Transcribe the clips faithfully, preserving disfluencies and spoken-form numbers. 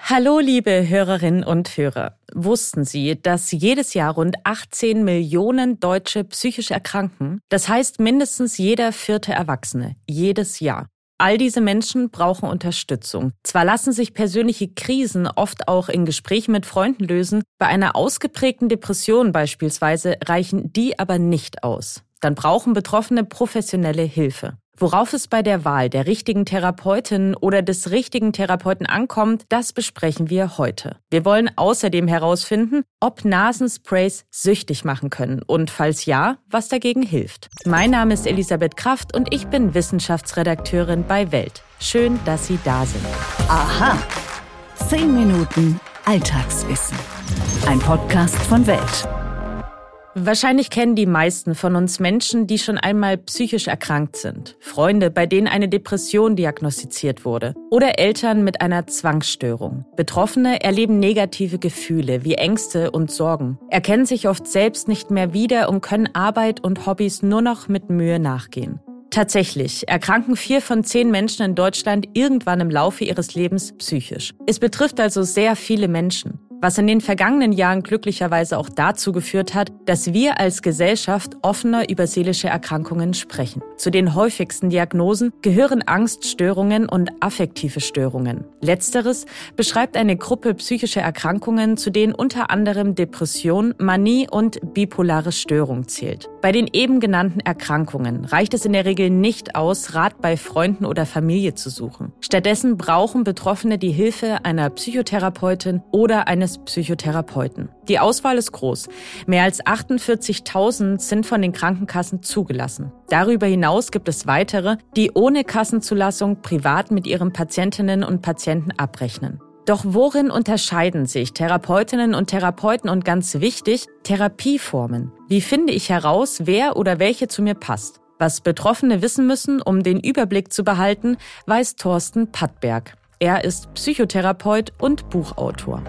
Hallo liebe Hörerinnen und Hörer. Wussten Sie, dass jedes Jahr rund achtzehn Millionen Deutsche psychisch erkranken? Das heißt mindestens jeder vierte Erwachsene. Jedes Jahr. All diese Menschen brauchen Unterstützung. Zwar lassen sich persönliche Krisen oft auch in Gesprächen mit Freunden lösen, bei einer ausgeprägten Depression beispielsweise reichen die aber nicht aus. Dann brauchen Betroffene professionelle Hilfe. Worauf es bei der Wahl der richtigen Therapeutin oder des richtigen Therapeuten ankommt, das besprechen wir heute. Wir wollen außerdem herausfinden, ob Nasensprays süchtig machen können und falls ja, was dagegen hilft. Mein Name ist Elisabeth Kraft und ich bin Wissenschaftsredakteurin bei Welt. Schön, dass Sie da sind. Aha. Zehn Minuten Alltagswissen. Ein Podcast von Welt. Wahrscheinlich kennen die meisten von uns Menschen, die schon einmal psychisch erkrankt sind. Freunde, bei denen eine Depression diagnostiziert wurde. Oder Eltern mit einer Zwangsstörung. Betroffene erleben negative Gefühle wie Ängste und Sorgen, erkennen sich oft selbst nicht mehr wieder und können Arbeit und Hobbys nur noch mit Mühe nachgehen. Tatsächlich erkranken vier von zehn Menschen in Deutschland irgendwann im Laufe ihres Lebens psychisch. Es betrifft also sehr viele Menschen. Was in den vergangenen Jahren glücklicherweise auch dazu geführt hat, dass wir als Gesellschaft offener über seelische Erkrankungen sprechen. Zu den häufigsten Diagnosen gehören Angststörungen und affektive Störungen. Letzteres beschreibt eine Gruppe psychischer Erkrankungen, zu denen unter anderem Depression, Manie und bipolare Störung zählt. Bei den eben genannten Erkrankungen reicht es in der Regel nicht aus, Rat bei Freunden oder Familie zu suchen. Stattdessen brauchen Betroffene die Hilfe einer Psychotherapeutin oder eines Psychotherapeuten. Die Auswahl ist groß. Mehr als achtundvierzigtausend sind von den Krankenkassen zugelassen. Darüber hinaus gibt es weitere, die ohne Kassenzulassung privat mit ihren Patientinnen und Patienten abrechnen. Doch worin unterscheiden sich Therapeutinnen und Therapeuten und ganz wichtig, Therapieformen? Wie finde ich heraus, wer oder welche zu mir passt? Was Betroffene wissen müssen, um den Überblick zu behalten, weiß Thorsten Pattberg. Er ist Psychotherapeut und Buchautor.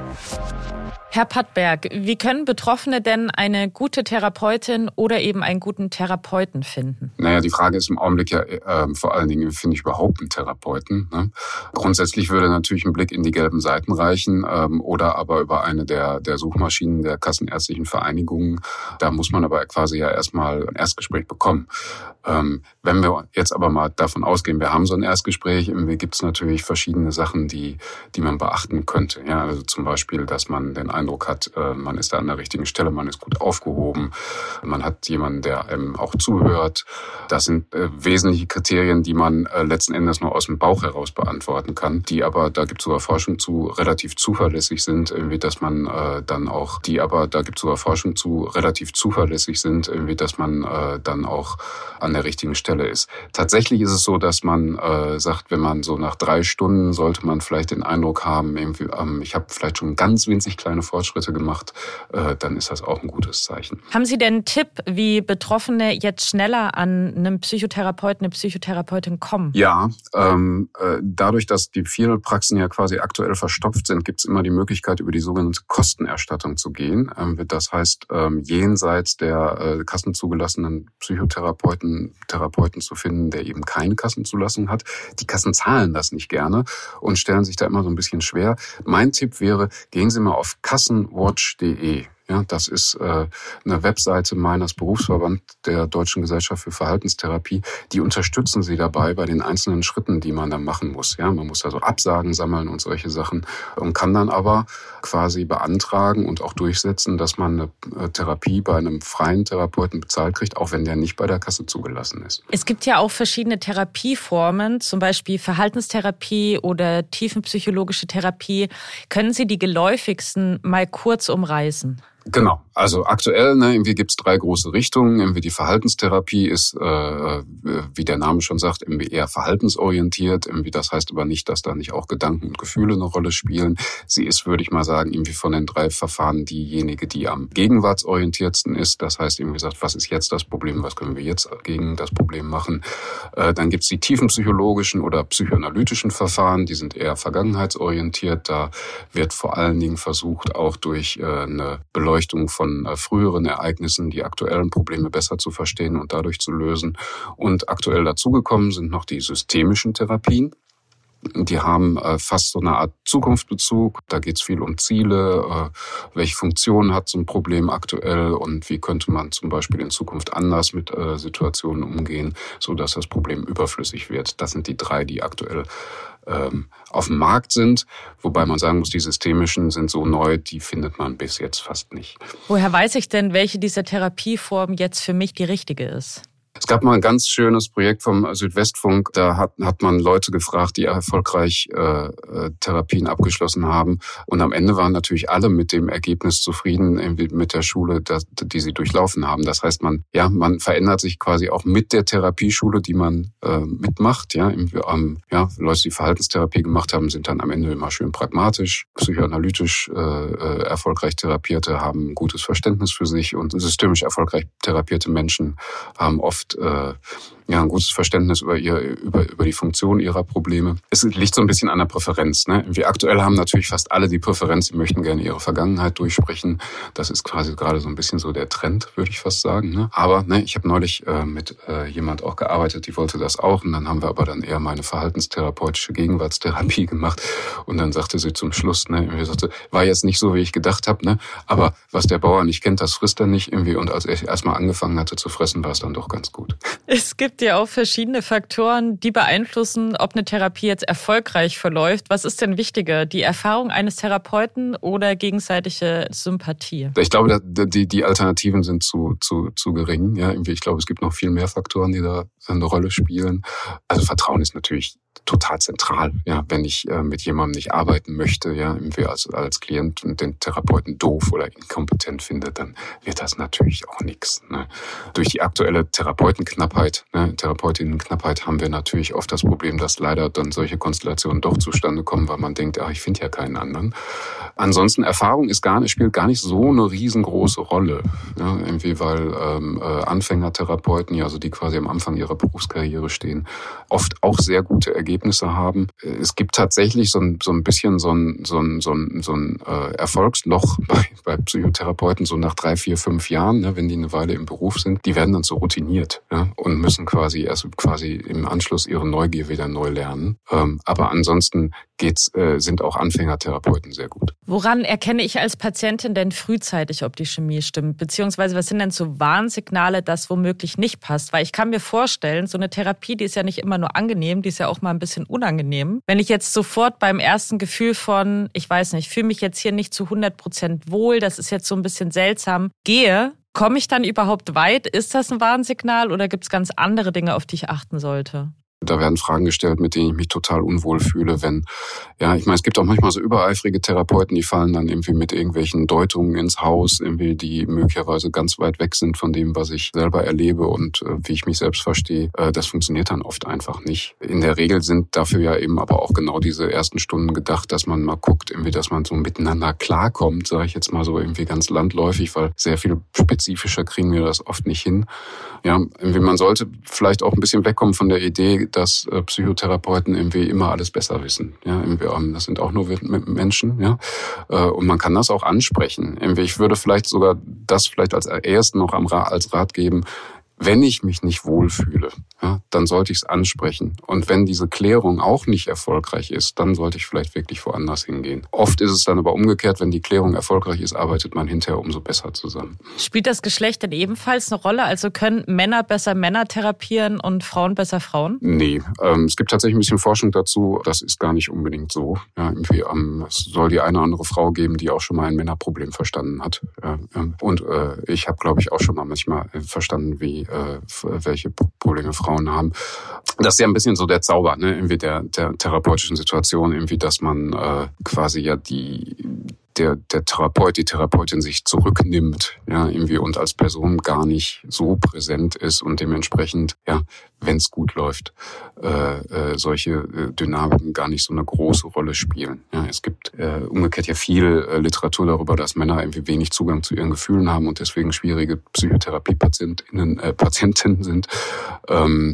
Herr Pattberg, wie können Betroffene denn eine gute Therapeutin oder eben einen guten Therapeuten finden? Naja, die Frage ist im Augenblick ja äh, vor allen Dingen, finde ich überhaupt einen Therapeuten? Ne? Grundsätzlich würde natürlich ein Blick in die gelben Seiten reichen ähm, oder aber über eine der, der Suchmaschinen der kassenärztlichen Vereinigungen. Da muss man aber quasi ja erstmal ein Erstgespräch bekommen. Ähm, wenn wir jetzt aber mal davon ausgehen, wir haben so ein Erstgespräch, irgendwie gibt es natürlich verschiedene Sachen, die, die man beachten könnte. Ja, also zum Beispiel, dass man den Eindruck hat, man ist da an der richtigen Stelle, man ist gut aufgehoben, man hat jemanden, der einem auch zuhört. Das sind äh, wesentliche Kriterien, die man äh, letzten Endes nur aus dem Bauch heraus beantworten kann, die aber, da gibt es sogar Forschung zu, relativ zuverlässig sind, irgendwie, dass man äh, dann auch, die aber, da gibt es sogar Forschung zu, relativ zuverlässig sind, irgendwie, dass man äh, dann auch an der richtigen Stelle ist. Tatsächlich ist es so, dass man äh, sagt, wenn man so nach drei Stunden sollte man vielleicht den Eindruck haben, irgendwie, ähm, ich habe vielleicht schon ganz winzig kleine Fortschritte gemacht, äh, dann ist das auch ein gutes Zeichen. Haben Sie denn einen Tipp, wie Betroffene jetzt schneller an einen Psychotherapeuten, eine Psychotherapeutin kommen? Ja, ähm, äh, dadurch, dass die vielen Praxen ja quasi aktuell verstopft sind, gibt es immer die Möglichkeit, über die sogenannte Kostenerstattung zu gehen. Ähm, das heißt, ähm, jenseits der äh, kassenzugelassenen Psychotherapeuten Therapeuten zu finden, der eben keine Kassenzulassung hat. Die Kassen zahlen das nicht gerne und stellen sich da immer so ein bisschen schwer. Mein Tipp wäre, gehen Sie mal auf kassenwatch punkt de. Ja, das ist äh, eine Webseite meines Berufsverbands der Deutschen Gesellschaft für Verhaltenstherapie. Die unterstützen Sie dabei bei den einzelnen Schritten, die man dann machen muss. Ja, man muss also Absagen sammeln und solche Sachen und kann dann aber quasi beantragen und auch durchsetzen, dass man eine Therapie bei einem freien Therapeuten bezahlt kriegt, auch wenn der nicht bei der Kasse zugelassen ist. Es gibt ja auch verschiedene Therapieformen, zum Beispiel Verhaltenstherapie oder tiefenpsychologische Therapie. Können Sie die geläufigsten mal kurz umreißen? Genau, also aktuell ne, irgendwie gibt's drei große Richtungen. Irgendwie die Verhaltenstherapie ist, äh, wie der Name schon sagt, irgendwie eher verhaltensorientiert. Irgendwie das heißt aber nicht, dass da nicht auch Gedanken und Gefühle eine Rolle spielen. Sie ist, würde ich mal sagen, irgendwie von den drei Verfahren diejenige, die am gegenwartsorientiertsten ist. Das heißt, irgendwie sagt, was ist jetzt das Problem, was können wir jetzt gegen das Problem machen? Äh, dann gibt's die tiefenpsychologischen oder psychoanalytischen Verfahren, die sind eher vergangenheitsorientiert. Da wird vor allen Dingen versucht, auch durch äh, eine Beleuchtung von äh, früheren Ereignissen die aktuellen Probleme besser zu verstehen und dadurch zu lösen. Und aktuell dazugekommen sind noch die systemischen Therapien. Die haben äh, fast so eine Art Zukunftsbezug. Da geht es viel um Ziele, äh, welche Funktion hat so ein Problem aktuell und wie könnte man zum Beispiel in Zukunft anders mit äh, Situationen umgehen, so dass das Problem überflüssig wird. Das sind die drei, die aktuell ähm, auf dem Markt sind. Wobei man sagen muss, die systemischen sind so neu, die findet man bis jetzt fast nicht. Woher weiß ich denn, welche dieser Therapieformen jetzt für mich die richtige ist? Es gab mal ein ganz schönes Projekt vom Südwestfunk, da hat, hat man Leute gefragt, die erfolgreich äh, Therapien abgeschlossen haben. Und am Ende waren natürlich alle mit dem Ergebnis zufrieden, irgendwie mit der Schule, das, die sie durchlaufen haben. Das heißt, man ja man verändert sich quasi auch mit der Therapieschule, die man äh, mitmacht. Ja, ähm, ja, Leute, die Verhaltenstherapie gemacht haben, sind dann am Ende immer schön pragmatisch, psychoanalytisch äh, erfolgreich Therapierte haben ein gutes Verständnis für sich und systemisch erfolgreich therapierte Menschen haben oft äh, ja, ein gutes Verständnis über ihr, über, über die Funktion ihrer Probleme. Es liegt so ein bisschen an der Präferenz, ne? Wie aktuell haben natürlich fast alle die Präferenz, sie möchten gerne ihre Vergangenheit durchsprechen. Das ist quasi gerade so ein bisschen so der Trend, würde ich fast sagen, ne? Aber, ne, ich habe neulich äh, mit äh, jemand auch gearbeitet, die wollte das auch. Und dann haben wir aber dann eher meine verhaltenstherapeutische Gegenwartstherapie gemacht. Und dann sagte sie zum Schluss, ne, irgendwie sagte, war jetzt nicht so, wie ich gedacht habe, ne? Aber was der Bauer nicht kennt, das frisst er nicht irgendwie. Und als ich erstmal angefangen hatte zu fressen, war es dann doch ganz gut. Es gibt ja auch verschiedene Faktoren, die beeinflussen, ob eine Therapie jetzt erfolgreich verläuft. Was ist denn wichtiger, die Erfahrung eines Therapeuten oder gegenseitige Sympathie? Ich glaube, die, die Alternativen sind zu, zu, zu gering. Ja, irgendwie, ich glaube, es gibt noch viel mehr Faktoren, die da eine Rolle spielen. Also Vertrauen ist natürlich total zentral. Ja, wenn ich äh, mit jemandem nicht arbeiten möchte, ja, irgendwie als, als Klient den Therapeuten doof oder inkompetent finde, dann wird das natürlich auch nichts. Ne? Durch die aktuelle Therapeutenknappheit, ne, Therapeutinnenknappheit haben wir natürlich oft das Problem, dass leider dann solche Konstellationen doch zustande kommen, weil man denkt, ach, ich finde ja keinen anderen. Ansonsten Erfahrung ist gar nicht, spielt gar nicht so eine riesengroße Rolle. Ja, irgendwie, weil ähm, äh, Anfängertherapeuten, ja, also die quasi am Anfang ihrer Berufskarriere stehen, oft auch sehr gute Ergebnisse haben. Es gibt tatsächlich so ein, so ein bisschen so ein, so ein, so ein, so ein äh, Erfolgsloch bei, bei Psychotherapeuten, so nach drei, vier, fünf Jahren, ne, wenn die eine Weile im Beruf sind, die werden dann so routiniert, ja, und müssen quasi erst quasi im Anschluss ihre Neugier wieder neu lernen. Ähm, aber ansonsten geht's, äh, sind auch Anfängertherapeuten sehr gut. Woran erkenne ich als Patientin denn frühzeitig, ob die Chemie stimmt? Beziehungsweise was sind denn so Warnsignale, dass womöglich nicht passt? Weil ich kann mir vorstellen, so eine Therapie, die ist ja nicht immer nur angenehm, die ist ja auch mal ein bisschen unangenehm. Wenn ich jetzt sofort beim ersten Gefühl von, ich weiß nicht, fühle mich jetzt hier nicht zu hundert Prozent wohl, das ist jetzt so ein bisschen seltsam, gehe, komme ich dann überhaupt weit? Ist das ein Warnsignal oder gibt es ganz andere Dinge, auf die ich achten sollte? Da werden Fragen gestellt, mit denen ich mich total unwohl fühle, wenn, ja, ich meine, es gibt auch manchmal so übereifrige Therapeuten, die fallen dann irgendwie mit irgendwelchen Deutungen ins Haus, irgendwie, die möglicherweise ganz weit weg sind von dem, was ich selber erlebe und äh, wie ich mich selbst verstehe. Äh, das funktioniert dann oft einfach nicht. In der Regel sind dafür ja eben aber auch genau diese ersten Stunden gedacht, dass man mal guckt, irgendwie, dass man so miteinander klarkommt, sage ich jetzt mal so irgendwie ganz landläufig, weil sehr viel spezifischer kriegen wir das oft nicht hin. Ja, irgendwie, man sollte vielleicht auch ein bisschen wegkommen von der Idee, dass äh, Psychotherapeuten irgendwie immer alles besser wissen. Ja, irgendwie, ähm, das sind auch nur Menschen, ja, äh, und man kann das auch ansprechen. Irgendwie, ich würde vielleicht sogar das vielleicht als ersten noch am Ra- als Rat geben. Wenn ich mich nicht wohlfühle, ja, dann sollte ich es ansprechen. Und wenn diese Klärung auch nicht erfolgreich ist, dann sollte ich vielleicht wirklich woanders hingehen. Oft ist es dann aber umgekehrt, wenn die Klärung erfolgreich ist, arbeitet man hinterher umso besser zusammen. Spielt das Geschlecht denn ebenfalls eine Rolle? Also können Männer besser Männer therapieren und Frauen besser Frauen? Nee, ähm, es gibt tatsächlich ein bisschen Forschung dazu. Das ist gar nicht unbedingt so. Ja, irgendwie, ähm, es soll die eine oder andere Frau geben, die auch schon mal ein Männerproblem verstanden hat. Ja, ähm, und äh, ich habe, glaube ich, auch schon mal manchmal verstanden, wie Äh, welche Probleme Frauen haben. Das ist ja ein bisschen so der Zauber, ne, irgendwie der, der therapeutischen Situation, irgendwie, dass man äh, quasi ja die der der Therapeut, die Therapeutin sich zurücknimmt, ja, irgendwie und als Person gar nicht so präsent ist und dementsprechend, ja, wenn es gut läuft, äh, äh, solche äh, Dynamiken gar nicht so eine große Rolle spielen. Ja, es gibt äh, umgekehrt ja viel äh, Literatur darüber, dass Männer irgendwie wenig Zugang zu ihren Gefühlen haben und deswegen schwierige Psychotherapiepatientinnen äh, Patientinnen sind. Ähm,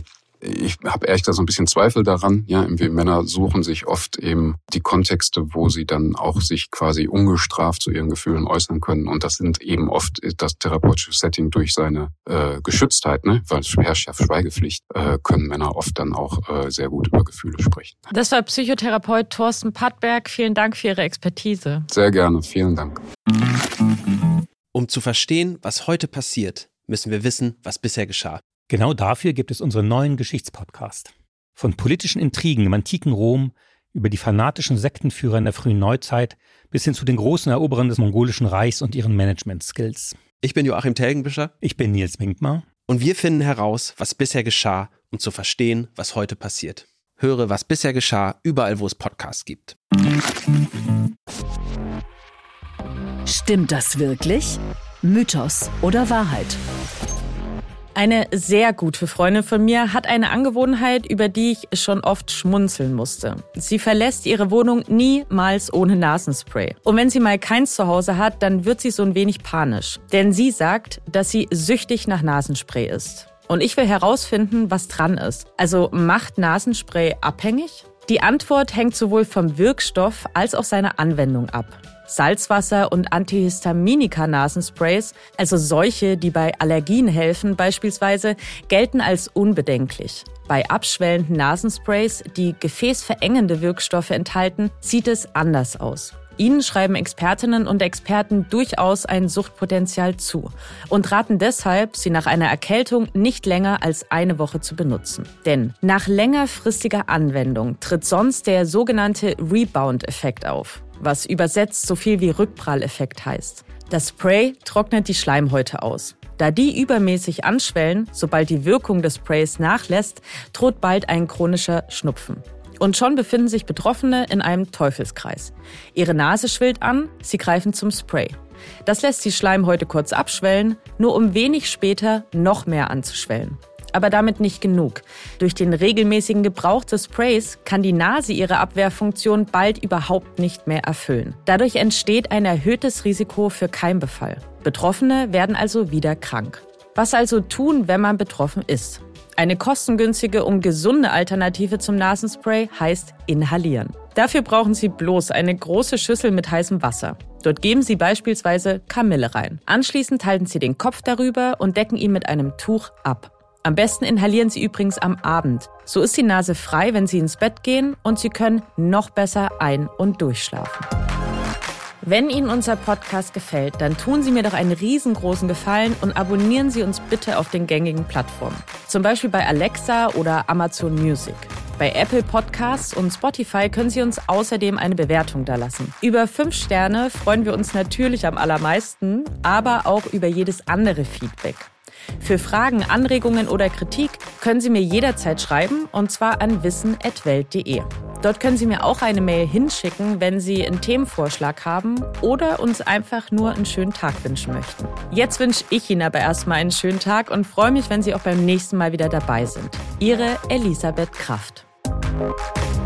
Ich habe ehrlich gesagt so ein bisschen Zweifel daran. Ja, Männer suchen sich oft eben die Kontexte, wo sie dann auch sich quasi ungestraft zu ihren Gefühlen äußern können. Und das sind eben oft das therapeutische Setting durch seine äh, Geschütztheit, ne? Weil es herrscht ja Schweigepflicht, äh, können Männer oft dann auch äh, sehr gut über Gefühle sprechen. Das war Psychotherapeut Thorsten Pattberg. Vielen Dank für Ihre Expertise. Sehr gerne, vielen Dank. Um zu verstehen, was heute passiert, müssen wir wissen, was bisher geschah. Genau dafür gibt es unseren neuen Geschichtspodcast. Von politischen Intrigen im antiken Rom über die fanatischen Sektenführer in der frühen Neuzeit bis hin zu den großen Eroberern des mongolischen Reichs und ihren Management-Skills. Ich bin Joachim Telgenbischer. Ich bin Nils Winkmar. Und wir finden heraus, was bisher geschah, um zu verstehen, was heute passiert. Höre, was bisher geschah, überall, wo es Podcasts gibt. Stimmt das wirklich? Mythos oder Wahrheit? Eine sehr gute Freundin von mir hat eine Angewohnheit, über die ich schon oft schmunzeln musste. Sie verlässt ihre Wohnung niemals ohne Nasenspray. Und wenn sie mal keins zu Hause hat, dann wird sie so ein wenig panisch. Denn sie sagt, dass sie süchtig nach Nasenspray ist. Und ich will herausfinden, was dran ist. Also macht Nasenspray abhängig? Die Antwort hängt sowohl vom Wirkstoff als auch seiner Anwendung ab. Salzwasser- und Antihistaminika-Nasensprays, also solche, die bei Allergien helfen beispielsweise, gelten als unbedenklich. Bei abschwellenden Nasensprays, die gefäßverengende Wirkstoffe enthalten, sieht es anders aus. Ihnen schreiben Expertinnen und Experten durchaus ein Suchtpotenzial zu und raten deshalb, sie nach einer Erkältung nicht länger als eine Woche zu benutzen. Denn nach längerfristiger Anwendung tritt sonst der sogenannte Rebound-Effekt auf, was übersetzt so viel wie Rückpralleffekt heißt. Das Spray trocknet die Schleimhäute aus. Da die übermäßig anschwellen, sobald die Wirkung des Sprays nachlässt, droht bald ein chronischer Schnupfen. Und schon befinden sich Betroffene in einem Teufelskreis. Ihre Nase schwillt an, sie greifen zum Spray. Das lässt die Schleimhäute kurz abschwellen, nur um wenig später noch mehr anzuschwellen. Aber damit nicht genug. Durch den regelmäßigen Gebrauch des Sprays kann die Nase ihre Abwehrfunktion bald überhaupt nicht mehr erfüllen. Dadurch entsteht ein erhöhtes Risiko für Keimbefall. Betroffene werden also wieder krank. Was also tun, wenn man betroffen ist? Eine kostengünstige und gesunde Alternative zum Nasenspray heißt inhalieren. Dafür brauchen Sie bloß eine große Schüssel mit heißem Wasser. Dort geben Sie beispielsweise Kamille rein. Anschließend halten Sie den Kopf darüber und decken ihn mit einem Tuch ab. Am besten inhalieren Sie übrigens am Abend. So ist die Nase frei, wenn Sie ins Bett gehen und Sie können noch besser ein- und durchschlafen. Wenn Ihnen unser Podcast gefällt, dann tun Sie mir doch einen riesengroßen Gefallen und abonnieren Sie uns bitte auf den gängigen Plattformen. Zum Beispiel bei Alexa oder Amazon Music. Bei Apple Podcasts und Spotify können Sie uns außerdem eine Bewertung dalassen. Über fünf Sterne freuen wir uns natürlich am allermeisten, aber auch über jedes andere Feedback. Für Fragen, Anregungen oder Kritik können Sie mir jederzeit schreiben, und zwar an wissen at welt punkt de. Dort können Sie mir auch eine Mail hinschicken, wenn Sie einen Themenvorschlag haben oder uns einfach nur einen schönen Tag wünschen möchten. Jetzt wünsche ich Ihnen aber erstmal einen schönen Tag und freue mich, wenn Sie auch beim nächsten Mal wieder dabei sind. Ihre Elisabeth Kraft.